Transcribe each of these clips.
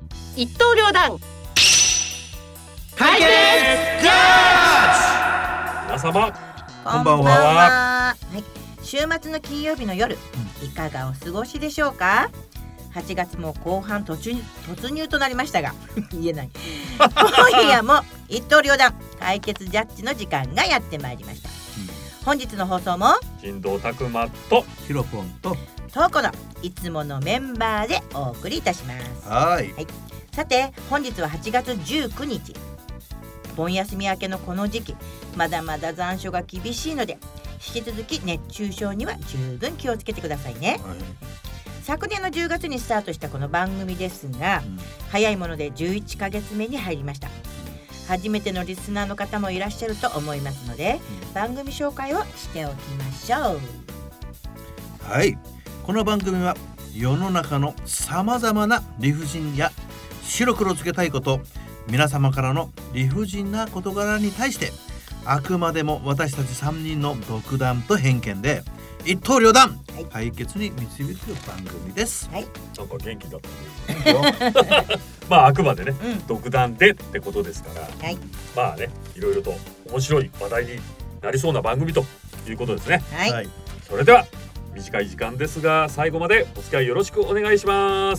一刀両断解決ジャッ皆様こんばんは。 週末の金曜日の夜、いかがお過ごしでしょうか。8月も後半突入となりましたが言えない今夜も一刀両断解決ジャッジの時間がやってまいりました。本日の放送も進藤拓馬とヒロポンとトウコのいつものメンバーでお送りいたします。 はい、 さて本日は8月19日、盆休み明けのこの時期、まだまだ残暑が厳しいので引き続き熱中症には十分気をつけてくださいね。昨年の10月にスタートしたこの番組ですが、早いもので11ヶ月目に入りました。初めてのリスナーの方もいらっしゃると思いますので、番組紹介をしておきましょう。 はい、この番組は世の中のさまざまな理不尽や白黒つけたいこと、皆様からの理不尽な事柄に対してあくまでも私たち3人の独断と偏見で一刀両断、解決に導く番組です。 なんか元気だったねまああくまでね、独断でってことですから、まあね、いろいろと面白い話題になりそうな番組ということですね。それでは短い時間ですが最後までお付き合いよろしくお願いします。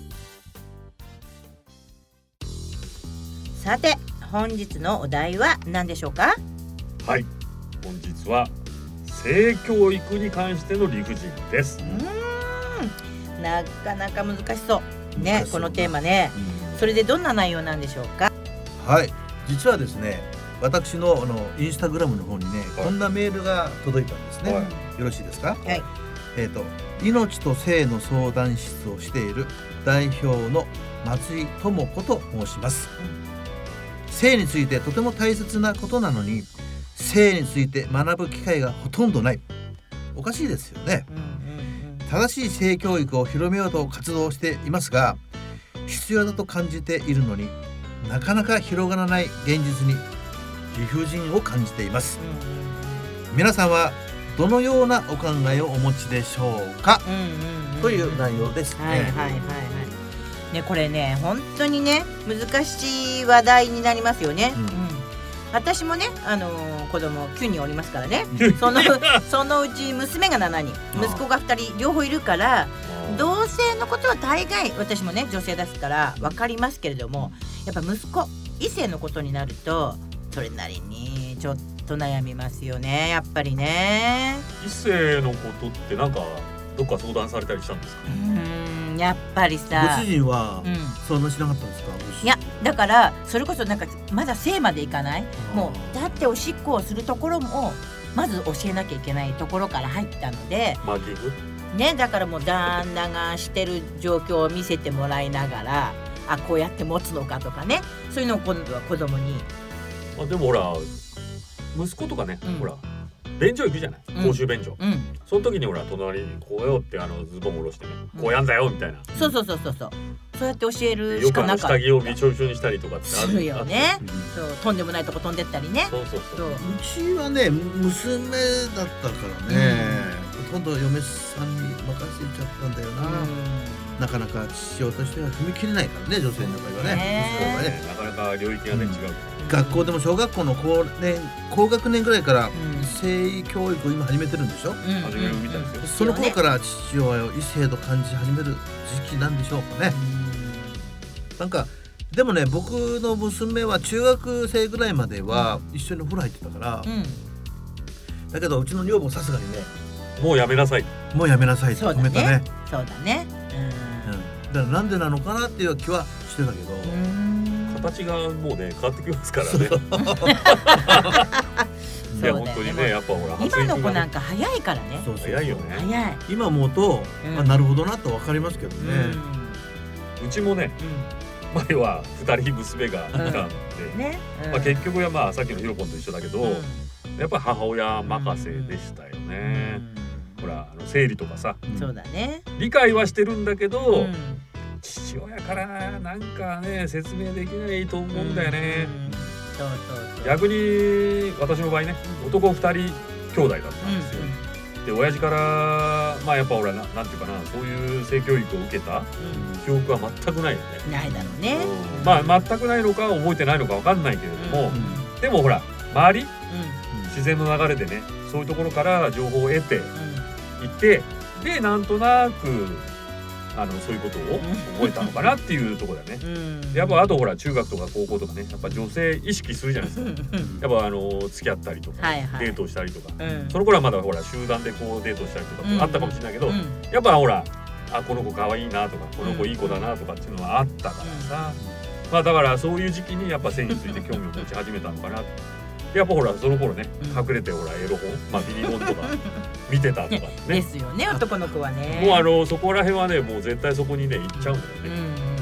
さて本日のお題は何でしょうか。 はい、本日は性教育に関しての理不尽です。 なかなか難しそうね、このテーマね。それでどんな内容なんでしょうか。 はい、実はですね、私のインスタグラムの方にね、こんなメールが届いたんですね。よろしいですか。命と性の相談室をしている代表の松井智子と申します。性についてとても大切なことなのに、性について学ぶ機会がほとんどない。おかしいですよね。正しい性教育を広めようと活動していますが、必要だと感じているのになかなか広がらない現実に理不尽を感じています。皆さんはどのようなお考えをお持ちでしょうか、という内容ですね。 これね、本当にね、難しい話題になりますよね。私もね、子供9人おりますからねそのうち娘が7人、息子が2人両方いるから、同性のことは大概私もね女性ですから分かりますけれども、やっぱ息子異性のことになるとそれなりにちょっと悩みますよね、やっぱりね。 異性のことってなんかどっか相談されたりしたんですか。 やっぱりさ、 ご主人は相談しなかったんですか。 いや、だからそれこそなんかまだ性までいかない、もうだっておしっこをするところもまず教えなきゃいけないところから入ったので、だからもう旦那がしてる状況を見せてもらいながら、こうやって持つのかとかね、そういうのを今度は子供に。 でもほら息子とかね、ほら便所行くじゃない、公衆便所、その時にほら隣にこうよってズボン下ろしてね、こうやんだよみたいな、そうやって教えるしかなかった。よく下着をびちょびちょにしたりとかってあるよね。 とんでもないとこ飛んでったりね。 うちはね、娘だったからね、ほとんど嫁さんに任せちゃったんだよな。なかなか父親としては踏み切れないからね、女性の場合はね。 なかなか領域がね、違う。 学校でも小学校の高学年ぐらいから性教育を今始めてるんでしょ。 始めるみたいですよ。 その頃から父親を異性と感じ始める時期なんでしょうかね。なんかでもね、僕の娘は中学生ぐらいまでは一緒にお風呂入ってたから、だけどうちの女房さすがにね、 もうやめなさいって止めたね。 そうだね。 だからなんでなのかなっていう気はしてたけど、 形がもうね変わってきますからね。いや本当にね、やっぱほら今の子なんか早いからね。 早いよね。 早い。 今思うとなるほどなと分かりますけどね。 うちもね、前は2人娘がいたんで、結局はさっきのヒロポンと一緒だけど、やっぱ母親任せでしたよね。ほら生理とかさ、 そうだね、 理解はしてるんだけど、父親からなんかね説明できないと思うんだよね。逆に私の場合ね、男2人兄弟だったんですよ。 で親父からまあやっぱ俺なんていうかな、そういう性教育を受けた記憶は全くないよね。 ないだろうね。 まあ全くないのか覚えてないのか分かんないけれども、でもほら周り、自然の流れでね、そういうところから情報を得ていって、でなんとなくそういうことを覚えたのかなっていうところだよね。やっぱあとほら中学とか高校とかね、やっぱ女性意識するじゃないですか。やっぱ付き合ったりとか、デートしたりとか、その頃はまだほら集団でこうデートしたりとかあったかもしれないけど、やっぱほらこの子可愛いなとか、この子いい子だなとかっていうのはあったからさ、まあだからそういう時期にやっぱ性について興味を持ち始めたのかな。やっぱほらその頃ね、隠れてほらエロ本、まあビリ本とか見てたとかね。 ですよね、男の子はね。 もうそこら辺はね、もう絶対そこにね行っちゃうんだよね。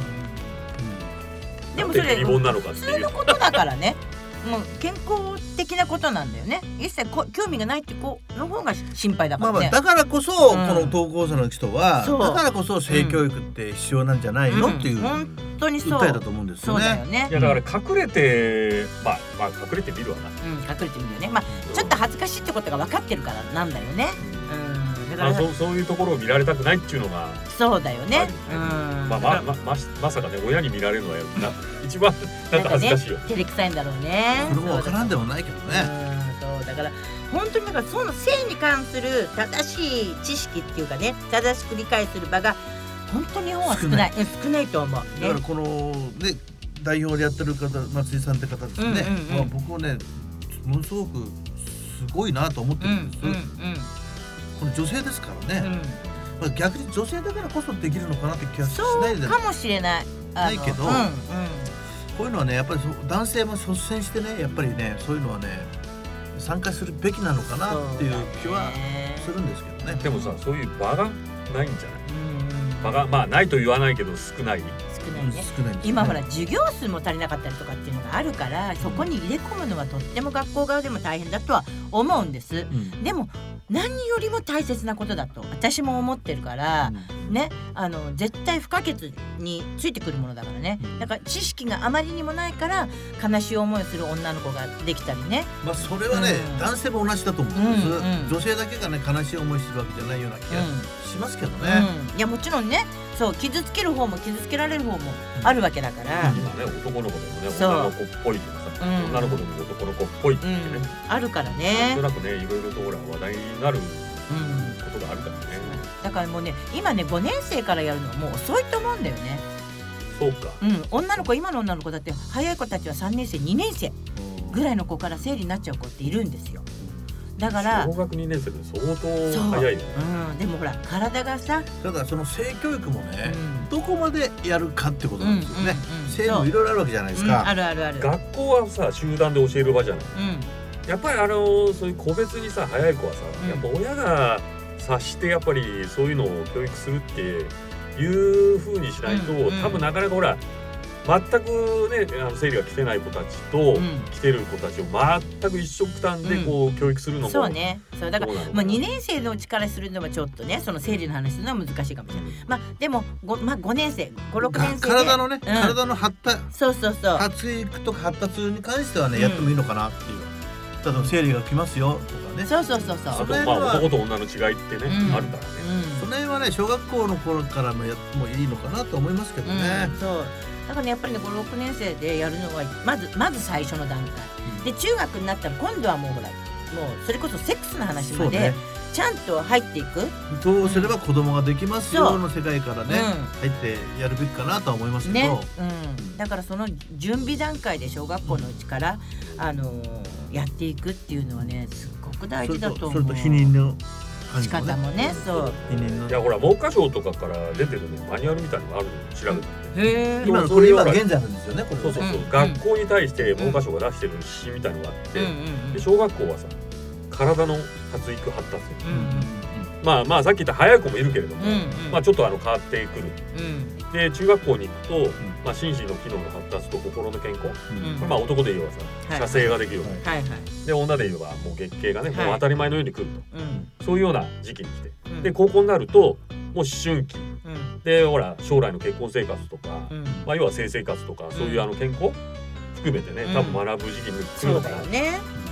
でもそれビリ本なのかっていう普通のことだからね。もう健康的なことなんだよね。一切興味がないって子の方が心配だからね。 だからこそこの投稿者の人は、だからこそ性教育って必要なんじゃないのっていう本当にそう訴えだと思うんですよね。 いやだから隠れてまあ隠れてみるわな。 隠れてみるよね。まあちょっと恥ずかしいってことが分かってるからなんだよね。 そういうところを見られたくないっていうのがそうだよね。 まさかね、親に見られるのは一番なんか恥ずかしいよ。 照れくさいんだろうね。 それも分からんでもないけどね。 そうだから本当にその性に関する正しい知識っていうかね、正しく理解する場が本当に日本は少ないと思う。 だからこのね代表でやってる方、松井さんって方ですね。僕はねものすごくすごいなと思ってるんです。この女性ですからね。逆に女性だからこそできるのかなって気がしないでそうかもしれないけど、こういうのはねやっぱり男性も率先してね、やっぱりねそういうのはね参加するべきなのかなっていう気はするんですけどね。 でもさ、そういう場がないんじゃない？場がまあないと言わないけど少ないね。 今ほら授業数も足りなかったりとかっていうのがあるから、そこに入れ込むのはとっても学校側でも大変だとは思うんです。でも何よりも大切なことだと私も思ってるからね、絶対不可欠についてくるものだからね。だから知識があまりにもないから悲しい思いをする女の子ができたりね。 それはね、男性も同じだと思うんです。女性だけがね悲しい思いしてるわけじゃないような気がしますけどね。 いやもちろんね、そう傷つける方も傷つけられる方もあるわけだから。 今ね男の子でもね女の子っぽいとかさ、女の子でも男の子っぽいってねあるからね。 なんとなくねいろいろとほら話題になることがあるからね。 だからもうね今ね5年生からやるのはもう遅いと思うんだよね。 そうか。 女の子、今の女の子だって早い子たちは3年生2年生ぐらいの子から生理になっちゃう子っているんですよ。だから小学2年生で相当早いよね。 でもほら体がさ、 だからその性教育もね、どこまでやるかってことなんですよね。性もいろいろあるわけじゃないですか。 あるあるある。 学校はさ集団で教える場じゃない。やっぱりそういう個別にさ早い子はさ、やっぱ親が察してやっぱりそういうのを教育するっていう風にしないと、多分なかなかほら全くね生理が来てない子たちと来てる子たちを全く一緒くたんでこう教育するのもそうね。そうだからもう2年生のうちからするのはちょっとね、その生理の話するのは難しいかもしれない。でも5年生5、6年生で体のね、体の発達育とか発達に関してはねやってもいいのかなっていう。例えば生理が来ますよとかね。 そう。 あと男と女の違いってねあるからね。 その辺はね小学校の頃からのやってもいいのかなと思いますけどね。 そうだからねやっぱりね5、6年生でやるのはまず最初の段階で、中学になったら今度はもうほらもうそれこそセックスの話までちゃんと入っていく。 そうすれば子供ができますよの世界からね入ってやるべきかなとは思いますけど、 だからその準備段階で小学校のうちからやっていくっていうのはねすごく大事だと思う。 それと避妊の仕方もね。そういやほら文科省とかから出てるねマニュアルみたいなのがあるの調べて今現在あるんですよね。 そう学校に対して文科省が出してる指針みたいなのがあって、小学校はさ体の発育発達、まあさっき言った早い子もいるけれども、ちょっと変わってくる。で中学校に行くと、心身の機能の発達と心の健康、男で言えばさ射精ができる、で女で言えばもう月経がね、もう当たり前のように来ると、そういうような時期に来て、で高校になるともう思春期、でほら将来の結婚生活とか、要は性生活とかそういう健康含めてね多分学ぶ時期に来るのかな。で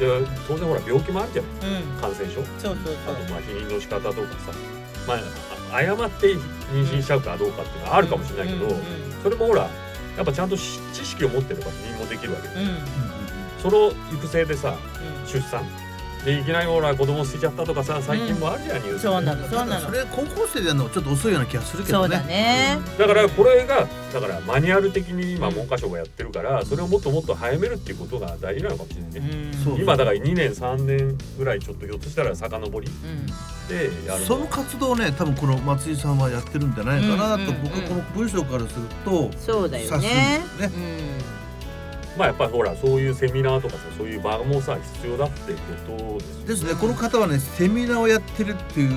で当然ほら病気もあるじゃない、感染症、 そうそうそう、 あと避妊の仕方とかさ、誤って妊娠しちゃうかどうかっていうのはあるかもしれないけど、それもほらやっぱちゃんと知識を持ってれば避妊もできるわけで、その行く末でさ、出産でいきなりほら子供捨てちゃったとかさ、最近もあるじゃん、ニュース。 そうなのそうなの。 それ高校生でやるのちょっと遅いような気がするけどね。 そうだね。 だからこれがだからマニュアル的に今文科省がやってるから、それをもっともっと早めるっていうことが大事なのかもしれないね。今だから2年3年ぐらいちょっとひょっとしたら遡りでやる。 その活動をね、多分この松井さんはやってるんじゃないかなと僕はこの文章からするとそうだよね。 やっぱりほらそういうセミナーとかさ、そういう場もさ必要だってことですね。この方はねセミナーをやってるっていう、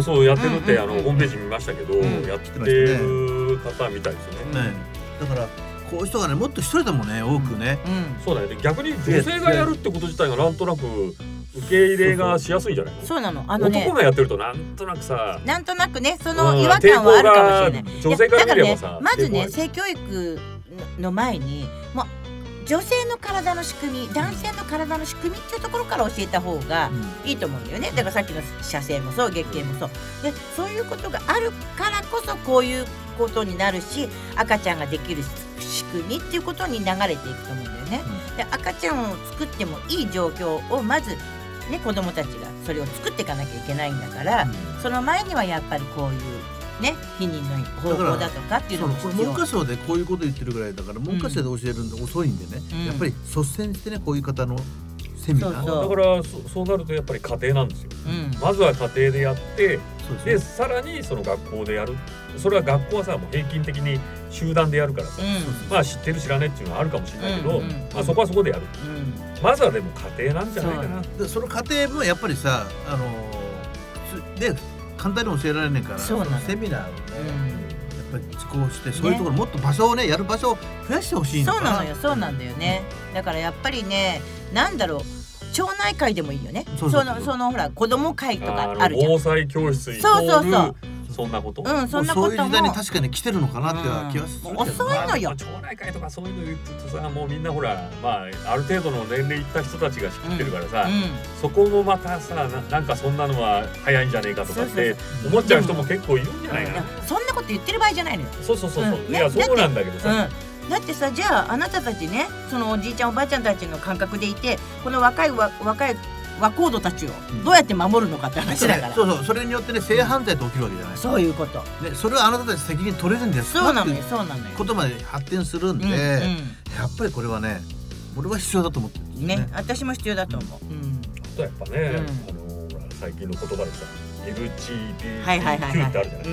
そうやってるってホームページ見ましたけど、やってる方みたいですよね。 だからこういう人がねもっと一人でもね多くね、 そうだよね。逆に女性がやるってこと自体がなんとなく受け入れがしやすいんじゃないの？ そうなの。 男がやってるとなんとなくさ、 なんとなくね、その違和感はあるかもしれない。 女性から見ればさ、 まずね性教育の前にもう女性の体の仕組み、男性の体の仕組みっていうところから教えた方がいいと思うんだよね。だからさっきの射精もそう、月経もそうで、そういうことがあるからこそこういうことになるし、赤ちゃんができる仕組みっていうことに流れていくと思うんだよね。で赤ちゃんを作ってもいい状況をまずね、子供たちがそれを作っていかなきゃいけないんだから、その前にはやっぱりこういうね、避妊の方法だとかっていうのも必要。 文科省でこういうこと言ってるぐらいだから、文科省で教えるんで遅いんでね、やっぱり率先してねこういう方のセミナー、 だからそうなるとやっぱり家庭なんですよ。まずは家庭でやって、でさらにその学校でやる。それは学校はさもう平均的に集団でやるからさ、知ってる知らないっていうのはあるかもしれないけど、そこはそこでやる。まずはでも家庭なんじゃないかな。 でその家庭もやっぱりさで簡単に教えられないから、セミナーをね、やっぱり受講して、そういうところもっと場所をねやる場所を増やしてほしいのかな。 そうなのよ、そうなんだよね。だからやっぱりね、なんだろう、町内会でもいいよね。そのほら子供会とかあるじゃん。 防災教室イコールそんなこと。 そんなことも。 そういう時代に確かに来てるのかなって気がするけど。 遅いのよ。 町内会とかそういうの言ってるとさ、もうみんなほらある程度の年齢いった人たちが仕切ってるからさ、そこもまたさなんかそんなのは早いんじゃねえかとかって思っちゃう人も結構いるんじゃないかな。 そんなこと言ってる場合じゃないのよ。 そう。いやそうなんだけどさ。 だってさ、じゃああなたたちね、そのおじいちゃんおばあちゃんたちの感覚でいて、この若い和コードたちをどうやって守るのかって話だから。 それによってね性犯罪って起きるわけじゃない。 そういうこと。 ね、それはあなたたち責任取れるんですか。 そうなのよ。 ことまで発展するんで、やっぱりこれはね、俺は必要だと思ってるんですね。 私も必要だと思う。やっぱね、最近の言葉でさ、LGBTQ ってあるじゃない。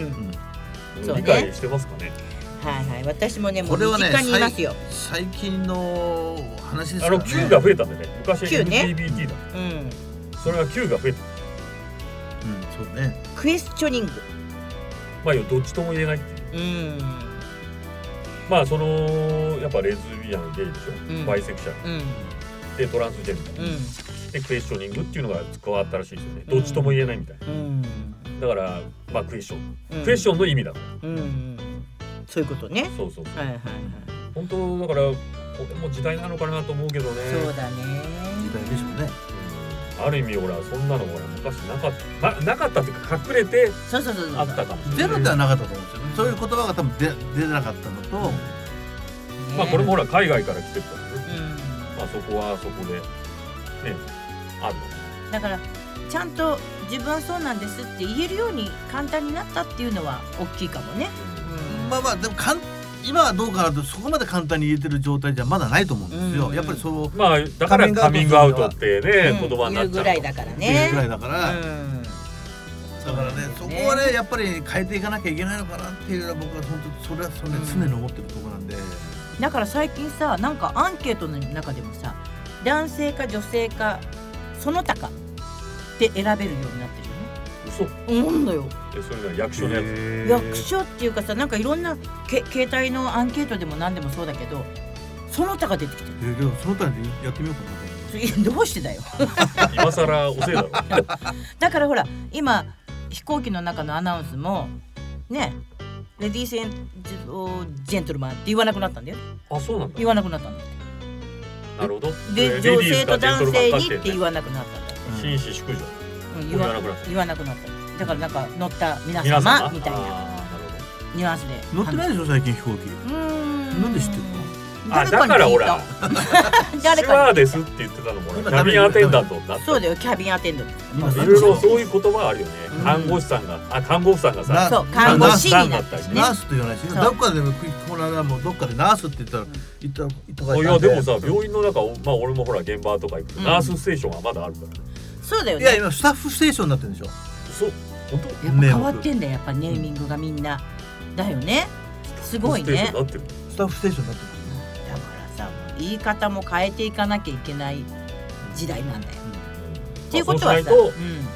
理解してますかね。 私もね、もう身近にいますよ。 最近の話ですよね。 Q が増えたんでね。昔は LGBT だ。それは Q が増えた。 そうね。 クエスチョニング。 どっちとも言えないっていう。そのやっぱレズビアン、ゲイでしょ。バイセクシャル。でトランスジェンダー。でクエスチョニングっていうのが加わったらしいですよね。どっちとも言えないみたいな。だからクエスチョンの意味だから。 そういうことね。 そう。本当だからこれも時代なのかなと思うけどね。 そうだね。 時代でしょうね。 ある意味ほらそんなのほら昔なかったっていうか隠れてあったかもしれない。 ゼロではなかったと思うんですよね。そういう言葉が多分出なかったのと、 これもほら海外から来てるからね。そこはそこでねある。 だからちゃんと自分はそうなんですって言えるように簡単になったっていうのは大きいかもね。 でも今はどうかなと、そこまで簡単に言えてる状態じゃまだないと思うんですよ。やっぱりだからカミングアウトってね言葉になっちゃうぐらいだからね。 だからね、そこはねやっぱり変えていかなきゃいけないのかなっていうのは、僕は本当それは常に思ってるところなんで。 だから最近さ、なんかアンケートの中でもさ、男性か女性かその他かって選べるようになってるよね。 嘘。 なんだよ。 それが役所のやつ。 役所っていうかさ、なんかいろんな携帯のアンケートでも何でもそうだけど、その他が出てきてる。 でもその他でやってみようかな。どうしてだよ。 今更遅いだろ。 だからほら今飛行機の中のアナウンスもね、レディース&ジェントルマンって言わなくなったんだよ。 そうなんだ。 言わなくなったんだって。 なるほど。 で女性と男性にって言わなくなったんだ。 紳士淑女。 言わなくなった。だからなんか乗った皆様みたいなニュアンスで。 乗ってないでしょ最近飛行機。なんで知ってるの？ だからほらシュワーですって言ってたのもキャビンアテンダントだった。 そうだよ、キャビンアテンダント。 いろいろそういう言葉あるよね。看護師さんが看護婦さんがさ、 そう看護師になったりね。 ナースって言わないし、どっかでもこの間もどっかでナースって言ったらいやでもさ、病院の中まあ俺もほら現場とか行くとナースステーションはまだあるから。 そうだよね。 いや今スタッフステーションになってるんでしょ。 そう本当。 やっぱ変わってんだよ、やっぱネーミングがみんなだよね。すごいね。 スタッフステーションになってる。 だからさ、言い方も変えていかなきゃいけない時代なんだよ。っていうことはさ、さっき言った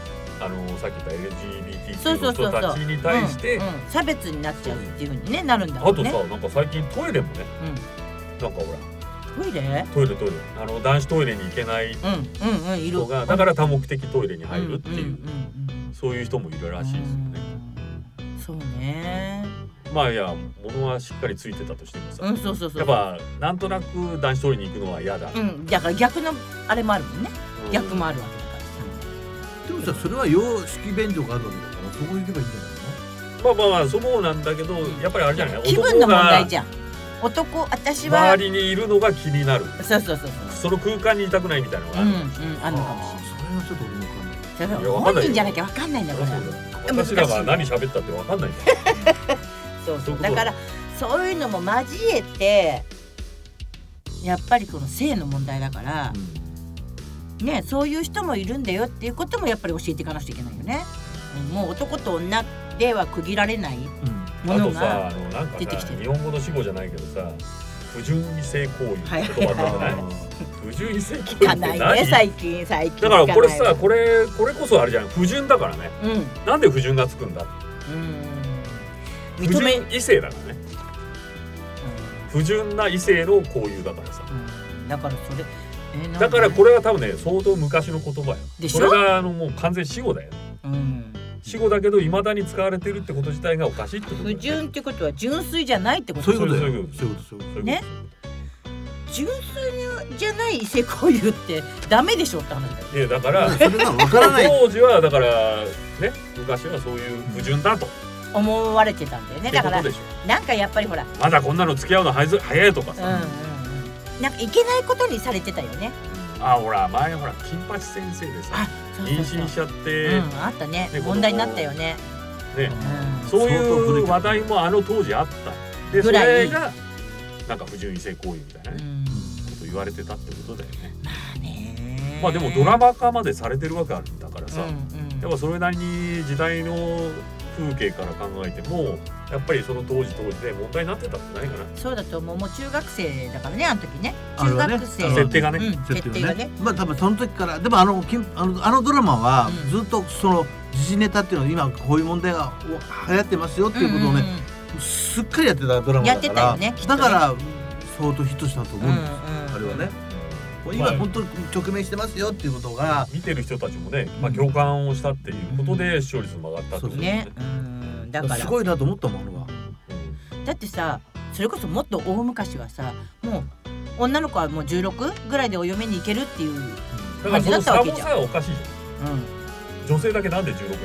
LGBT の人たちに対して差別になっちゃうっていう風にねなるんだろうね。 あとさ、なんか最近トイレもね、なんかほらトイレ男子トイレに行けない人がだから多目的トイレに入るっていうそういう人もいるらしいですよね。 そうね。 まあいや物はしっかりついてたとしてもさ、やっぱなんとなく男子トイレに行くのは嫌だ。 だから逆のあれもあるもんね。逆もあるわけだからさ。でもさ、それは洋式便所があるわけだからそこ行けばいいんじゃないの？ まあそうなんだけど、やっぱりあれじゃない。 気分の問題じゃん。私は周りにいるのが気になる。 そうその空間にいたくないみたいなのがある。 あるのかもしれない。 それはちょっと俺も分かんない。 本人じゃなきゃ分かんないんだから。 私らが何喋ったって分かんないんだ。 そうだからそういうのも交えてやっぱりこの性の問題だから、ね、そういう人もいるんだよっていうこともやっぱり教えていかなくちゃいけないよね。もう男と女では区切られないものが出てきてる。 日本語の死語じゃないけどさ、不純異性行為って言葉あったじゃない？不純異性行為って何？聞かないね最近。 だからこれさ、これこそあれじゃん、不純だからね。なんで不純がつくんだ？不純異性だからね。不純な異性の交友だからさ。 だからそれだからこれは多分ね相当昔の言葉よ。それがもう完全死語だよ。死語だけど未だに使われてるってこと自体がおかしいってことだよね。 不純ってことは純粋じゃないってこと。 そういうことだよ。そういうことね。純粋じゃない異性交友ってダメでしょって話だよ。 いやだからそれが分からない。 当時はだからね、昔はそういう不純だと思われてたんだよね。だからなんかやっぱりほらまだこんなの付き合うの早いとかさ、 なんかいけないことにされてたよね。 ほら前ほら金八先生でさ妊娠しちゃってあったね、問題になったよね。 そういう話題もあの当時あった。でそれがなんか不純異性行為みたいなこと言われてたってことだよね。まあでもドラマ化までされてるわけあるんだからさ、やっぱそれなりに時代の風景から考えてもやっぱりその当時で問題になってたんじゃないかな。 そうだと思う。もう中学生だからね、あの時ね。中学生設定がね。 設定がね。 まあ多分その時からでもあのドラマはずっとその時事ネタっていうのは今こういう問題が流行ってますよっていうことをねすっかりやってたドラマだから。 やってたよね。 だから相当ヒットしたと思うんですよ。あれはね。今本当に直面してますよっていうことが見てる人たちもね、共感をしたっていうことで視聴率も上がったってことね。 だからすごいなと思ったものは。 だってさ、それこそもっと大昔はさ、もう女の子はもう16ぐらいでお嫁に行けるっていう感じだったわけじゃん。 だからその差もさおかしいじゃん。女性だけなんで16なの？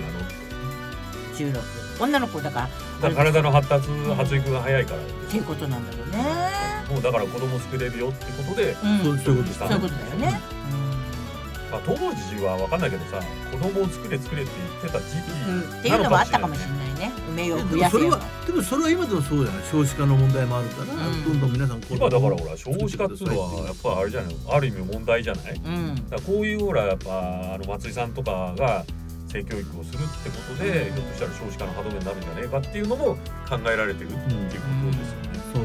16。女の子だから体の発育が早いからっていうことなんだろうね。 もうだから子供作れるよってことでそういうことした。 そういうことだよね。 当時は分かんないけどさ、子供を作れって言ってた時期っていうのはあったかもしれないね。梅を増やせよ。 でもそれは今でもそうじゃない。少子化の問題もあるから、どんどん皆さん今だからほら少子化っていうのはやっぱあれじゃない、ある意味問題じゃない。だからこういうほらやっぱ松井さんとかが性教育をするってことで、ひょっとしたら少子化の歯止めになるんじゃねえかっていうのも考えられてるっていうことですよね。 そう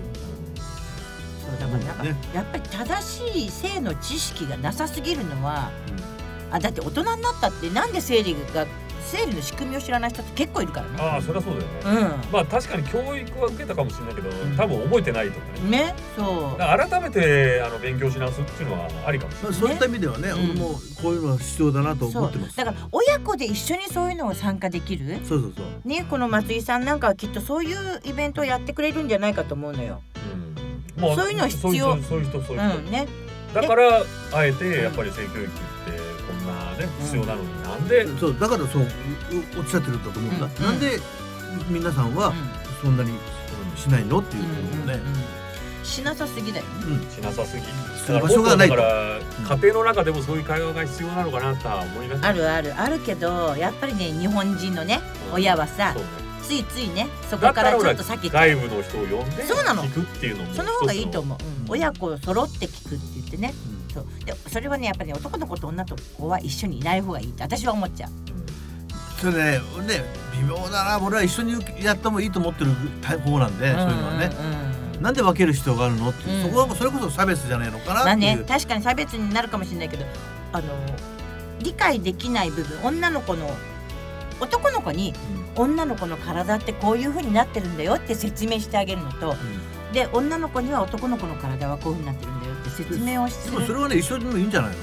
だからなんかやっぱり正しい性の知識がなさすぎるのは、だって大人になったってなんで生理の仕組みを知らない人って結構いるからね。 そりゃそうだよね。まあ確かに教育は受けたかもしれないけど、多分覚えてないとかね。そう改めて勉強し直すっていうのはありかもしれない。 そういった意味ではね、俺もこういうのは必要だなと思ってます。 だから親子で一緒にそういうのを参加できる。 そうね、この松井さんなんかはきっとそういうイベントをやってくれるんじゃないかと思うのよ。そういうのは必要。 そういう人。だだからあえてやっぱり性教育ってこんなね必要なのになんで、 そうだからそうおっしゃってるんだと思うんだ、なんで皆さんはそんなにしないのっていうことをね、 しなさすぎだよね、 しなさすぎ場所がないと、 だから家庭の中でもそういう会話が必要なのかなとは思います、 あるけどやっぱりね日本人のね親はさ、ついついねそこからちょっと避けちゃう。 外部の人を呼んで聞くっていうのもその方がいいと思う、親子揃って聞くって言ってね、そうでそれはねやっぱり、ね、男の子と女の子は一緒にいない方がいいって私は思っちゃう。 それね微妙だな。俺は一緒にやってもいいと思ってる方なんで、そういうのはね、なんで分ける必要があるのっていう、そこはそれこそ差別じゃないのかなっていう。 確かに差別になるかもしれないけど、理解できない部分、男の子に、女の子の体ってこういう風になってるんだよって説明してあげるのと、で女の子には男の子の体はこういう風になってるんだよって説明をしてる。 でもそれはね一緒でもいいんじゃないの？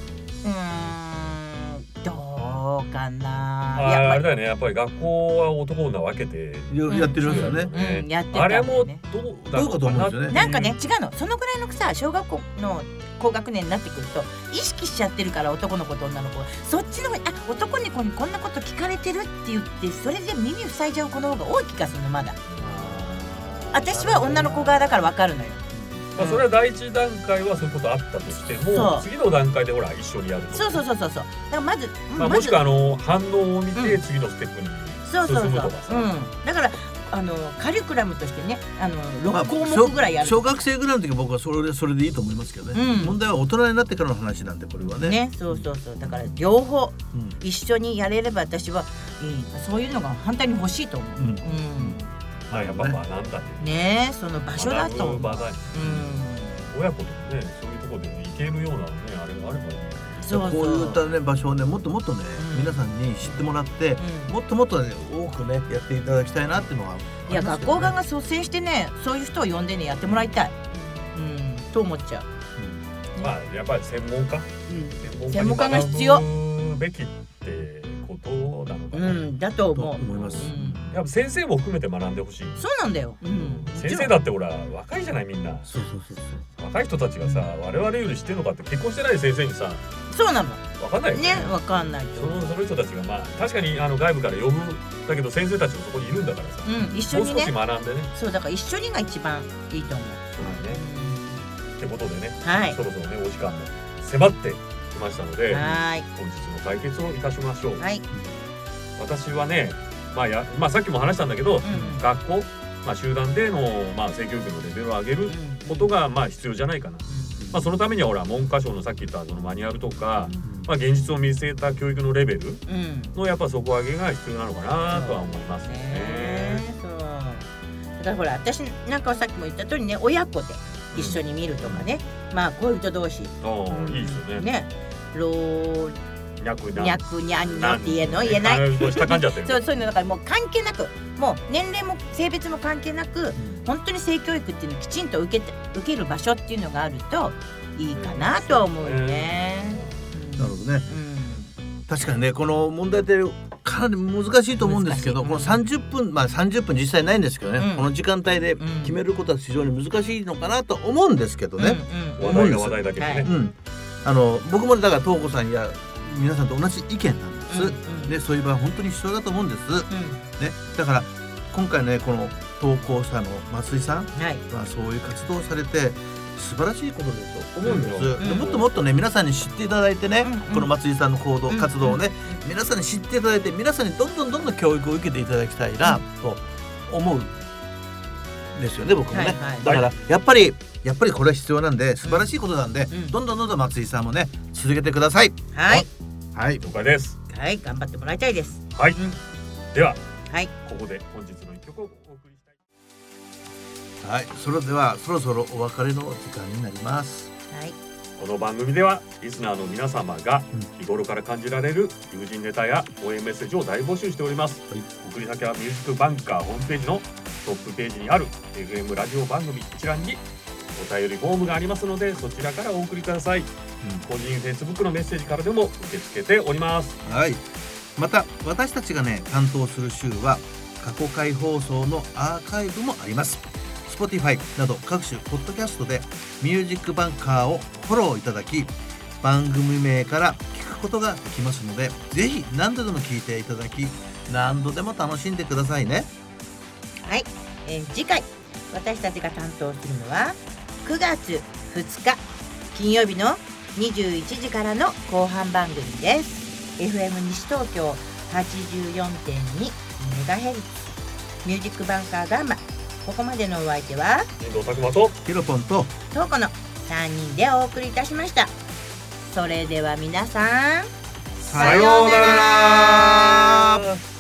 どうかな。 あれだよね、やっぱり学校は男女分けてやってるんですよね。 やってたあれもどうかと思うんですよね。 なんかね違うの。そのぐらいのさ小学校の高学年になってくると意識しちゃってるから、男の子と女の子はそっちの方に男の子にこんなこと聞かれてるって言ってそれで耳塞いじゃう子の方が多い気がするの。まだ私は女の子側だから分かるのよ。 それは第一段階はそういうことあったとしても、次の段階でほら一緒にやる。 そうだからまず、 もしくは反応を見て次のステップに進むとかさ。 だからカリキュラムとしてね6項目ぐらいやる。 小学生ぐらいの時は僕はそれでいいと思いますけどね、問題は大人になってからの話なんで、これはね。 そうだから両方一緒にやれれば私はそういうのが反対に欲しいと思う。 やっぱ学んだね、その場所だと思う。 親子でもね、そういうところで行けるようなねあれがあればいい。 こういったね場所をねもっともっとね、皆さんに知ってもらって、もっともっとね多くねやっていただきたいなっていうのは、 いや学校側が率先してねそういう人を呼んでねやってもらいたい、と思っちゃう。 やっぱり専門家が必要べきってことなのかな。 だと思います。 やっぱ先生も含めて学んでほしい。 そうなんだよ。 先生だってほら若いじゃないみんな。 そう若い人たちがさ、我々より知ってるのかって、結婚してない先生にさ、 そうなの分かんないよね。 分かんないと。 その人たちが確かに外部から呼ぶだけど先生たちもそこにいるんだからさ、 一緒にね、 もう少し学んでね。 そうだから一緒にが一番いいと思う。 そうだね。ってことでね、そろそろねお時間も迫ってきましたので、本日の解決をいたしましょう。私はね、さっきも話したんだけど、学校、集団での性教育のレベルを上げることが必要じゃないかな。そのためにはほら文科省のさっき言ったそのマニュアルとか、現実を見据えた教育のレベルのやっぱ底上げが必要なのかなとは思いますね。 だからほら私なんかはさっきも言った通りね、親子で一緒に見るとかね、恋人同士、いいですよね。 にゃくにゃんにゃって言えないそういうのだからもう関係なく、もう年齢も性別も関係なく、本当に性教育っていうのをきちんと受ける場所っていうのがあるといいかなとは思うよね。 なるほどね。確かにねこの問題ってかなり難しいと思うんですけど、この30分30分実際ないんですけどね、この時間帯で決めることは非常に難しいのかなと思うんですけどね。 話題だけでね。 僕もだから東子さんや皆さんと同じ意見なんです。でそういう場合は本当に必要だと思うんです。ね、だから今回ねこの投稿者の松井さんはそういう活動をされて素晴らしいことだと思うんです。もっともっとね皆さんに知っていただいてね、この松井さんの活動をね皆さんに知っていただいて、皆さんにどんどん教育を受けていただきたいなと思うんですよね、僕もね。だからやっぱりこれは必要なんで、素晴らしいことなんで、どんどん松井さんもね続けてください。 了解です。 頑張ってもらいたいです。 ではここで本日の一曲をお送りしたい。 それではそろそろお別れの時間になります。 この番組ではリスナーの皆様が日頃から感じられる友人ネタや応援メッセージを大募集しております。送り先はミュージックバンカーホームページのトップページにある FM ラジオ番組一覧にお便りフォームがありますので、そちらからお送りください。個人 Facebook のメッセージからでも受け付けております。 また私たちがね担当する週は過去回放送のアーカイブもあります。 Spotify など各種ポッドキャストでミュージックバンカーをフォローいただき、番組名から聞くことができますので、ぜひ何度でも聞いていただき、何度でも楽しんでくださいね。 はい、次回私たちが担当するのは9月2日金曜日の21時からの後半番組です。 FM 西東京 84.2MHz ミュージックバンカーガンマ。ここまでのお相手は遠藤拓磨とヒロポンとトウコの3人でお送りいたしました。それでは皆さん、 さようなら。